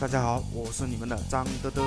大家好，我是你们的张德德。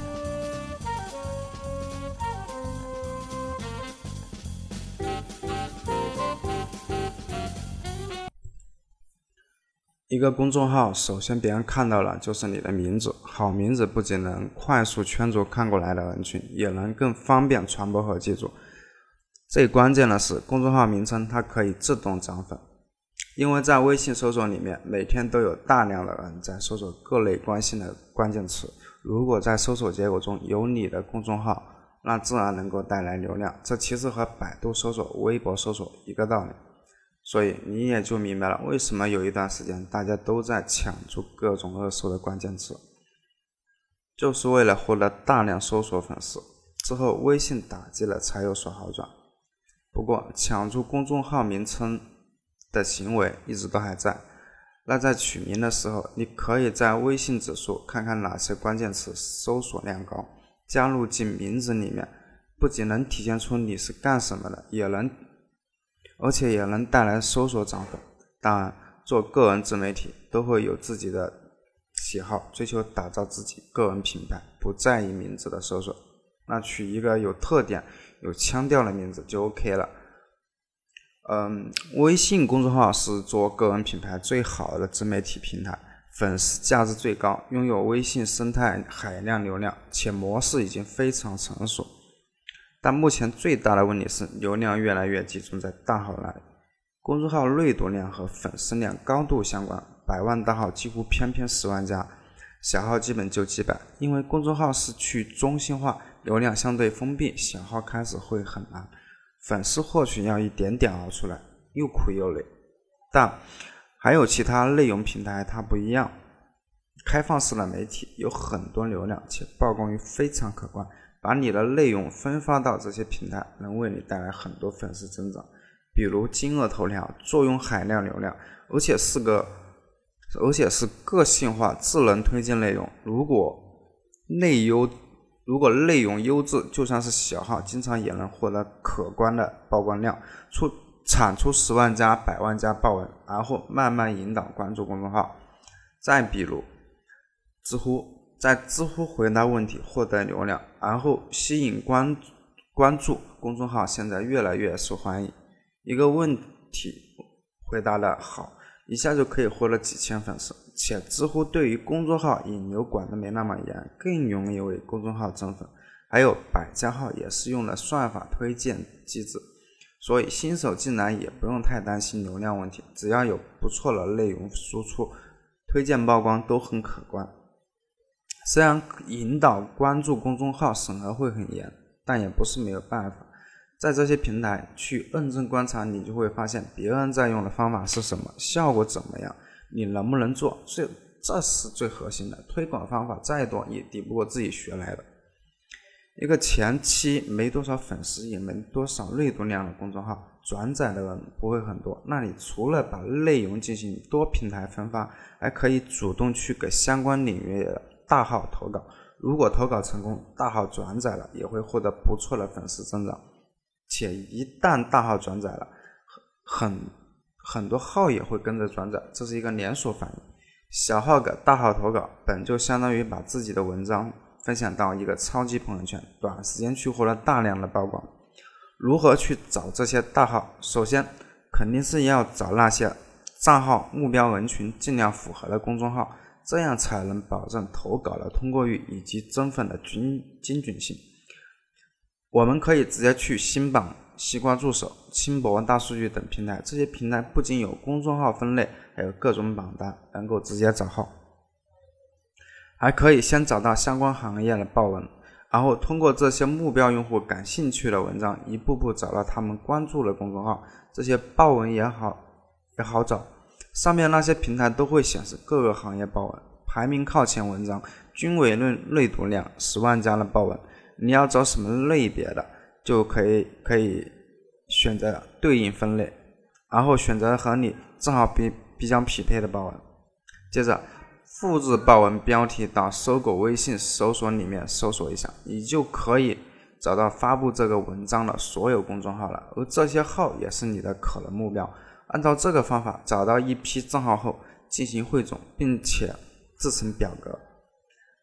一个公众号，首先别人看到了就是你的名字，好名字不仅能快速圈住看过来的人群，也能更方便传播和记住。最关键的是，公众号名称它可以自动涨粉，因为在微信搜索里面，每天都有大量的人在搜索各类关心的关键词，如果在搜索结果中有你的公众号，那自然能够带来流量，这其实和百度搜索、微博搜索一个道理。所以你也就明白了为什么有一段时间大家都在抢注各种热搜的关键词，就是为了获得大量搜索粉丝，之后微信打击了才有所好转。不过抢注公众号名称的行为一直都还在，那在取名的时候，你可以在微信指数看看哪些关键词搜索量高，加入进名字里面，不仅能体现出你是干什么的，而且也能带来搜索涨粉。当然，做个人自媒体都会有自己的喜好，追求打造自己个人品牌，不在意名字的搜索，那取一个有特点、有腔调的名字就 OK 了。微信公众号是做个人品牌最好的自媒体平台，粉丝价值最高，拥有微信生态海量流量，且模式已经非常成熟。但目前最大的问题是流量越来越集中在大号那里，公众号阅读量和粉丝量高度相关，百万大号几乎偏10万加，小号基本就几百。因为公众号是去中心化，流量相对封闭，小号开始会很难，粉丝获取要一点点熬出来，又苦又累。但还有其他内容平台它不一样，开放式的媒体有很多流量，且曝光率非常可观，把你的内容分发到这些平台，能为你带来很多粉丝增长。比如今日头条坐拥海量流量，而且是个性化智能推荐内容，如果内容优质，就算是小号经常也能获得可观的曝光量，产出10万加、100万加爆文，然后慢慢引导关注公众号。再比如知乎，在知乎回答问题获得流量，然后吸引关注，公众号现在越来越受欢迎。一个问题回答的好，一下就可以获得几千粉丝，且知乎对于公众号引流管得没那么严，更容易为公众号增粉。还有百家号也是用了算法推荐机制，所以新手进来也不用太担心流量问题，只要有不错的内容输出，推荐曝光都很可观。虽然引导关注公众号审核会很严，但也不是没有办法。在这些平台去认真观察，你就会发现别人在用的方法是什么，效果怎么样，你能不能做，这是最核心的。推广方法再多也抵不过自己学来的。一个前期没多少粉丝也没多少阅读量的公众号，转载的人不会很多，那你除了把内容进行多平台分发，还可以主动去给相关领域的大号投稿，如果投稿成功，大号转载了也会获得不错的粉丝增长，且一旦大号转载了，很多号也会跟着转载，这是一个连锁反应。小号给大号投稿本就相当于把自己的文章分享到一个超级朋友圈，短时间去获得大量的曝光。如何去找这些大号？首先肯定是要找那些账号目标人群尽量符合的公众号，这样才能保证投稿的通过率以及增粉的精准性。我们可以直接去新榜、西瓜助手、轻博大数据等平台，这些平台不仅有公众号分类，还有各种榜单，能够直接找号。还可以先找到相关行业的爆文，然后通过这些目标用户感兴趣的文章，一步步找到他们关注的公众号，这些爆文也好找。上面那些平台都会显示各个行业爆文，排名靠前文章均为阅读量10万加的爆文。你要找什么类别的，就可以选择对应分类，然后选择和你正好比较匹配的爆文。接着复制爆文标题到搜狗微信搜索里面搜索一下，你就可以找到发布这个文章的所有公众号了，而这些号也是你的可能目标。按照这个方法找到一批账号后进行汇总，并且制成表格，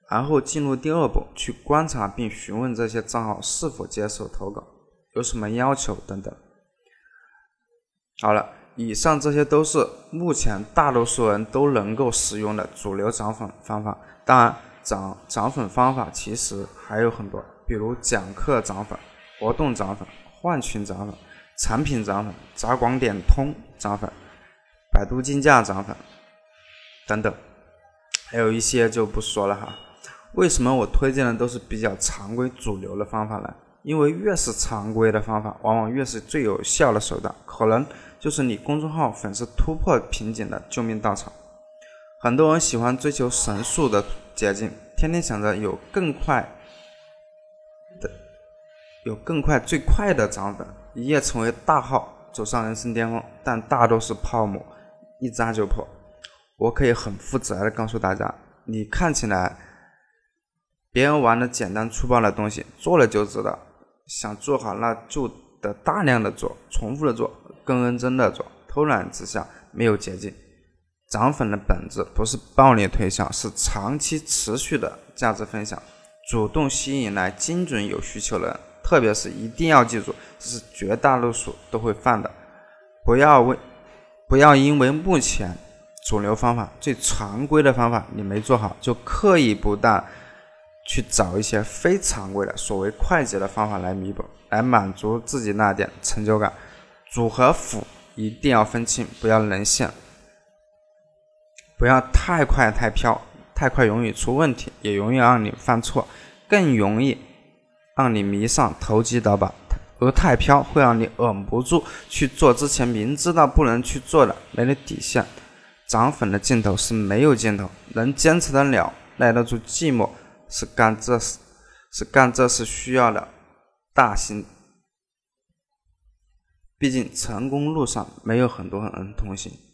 然后进入第二步，去观察并询问这些账号是否接受投稿，有什么要求等等。好了，以上这些都是目前大多数人都能够使用的主流涨粉方法。当然，涨粉方法其实还有很多，比如讲课涨粉、活动涨粉、换群涨粉、产品涨粉、砸广点通涨粉、百度竞价涨粉等等，还有一些就不说了哈。为什么我推荐的都是比较常规主流的方法呢？因为越是常规的方法，往往越是最有效的手段，可能就是你公众号粉丝突破瓶颈的救命稻草。很多人喜欢追求神速的捷径，天天想着有更快最快的涨粉，一夜成为大号，走上人生巅峰，但大多是泡沫，一扎就破。我可以很负责的告诉大家，你看起来别人玩的简单粗暴的东西，做了就知道，想做好那就得大量的做，重复的做，更认真的做，偷懒之下没有捷径。涨粉的本质不是暴力推销，是长期持续的价值分享，主动吸引来精准有需求的人。特别是一定要记住，这是绝大多数都会犯的，不要因为目前主流方法最常规的方法你没做好，就刻意不当去找一些非常规的所谓快捷的方法来弥补，来满足自己那点成就感。主和辅一定要分清，不要人线，不要太快太飘，太快容易出问题，也容易让你犯错，更容易让你迷上投机倒把，而太飘会让你忍不住去做之前明知道不能去做的，没了底线。涨粉的尽头是没有尽头，能坚持得了，耐得住寂寞，是干这事需要的大心。毕竟成功路上没有很多人同行，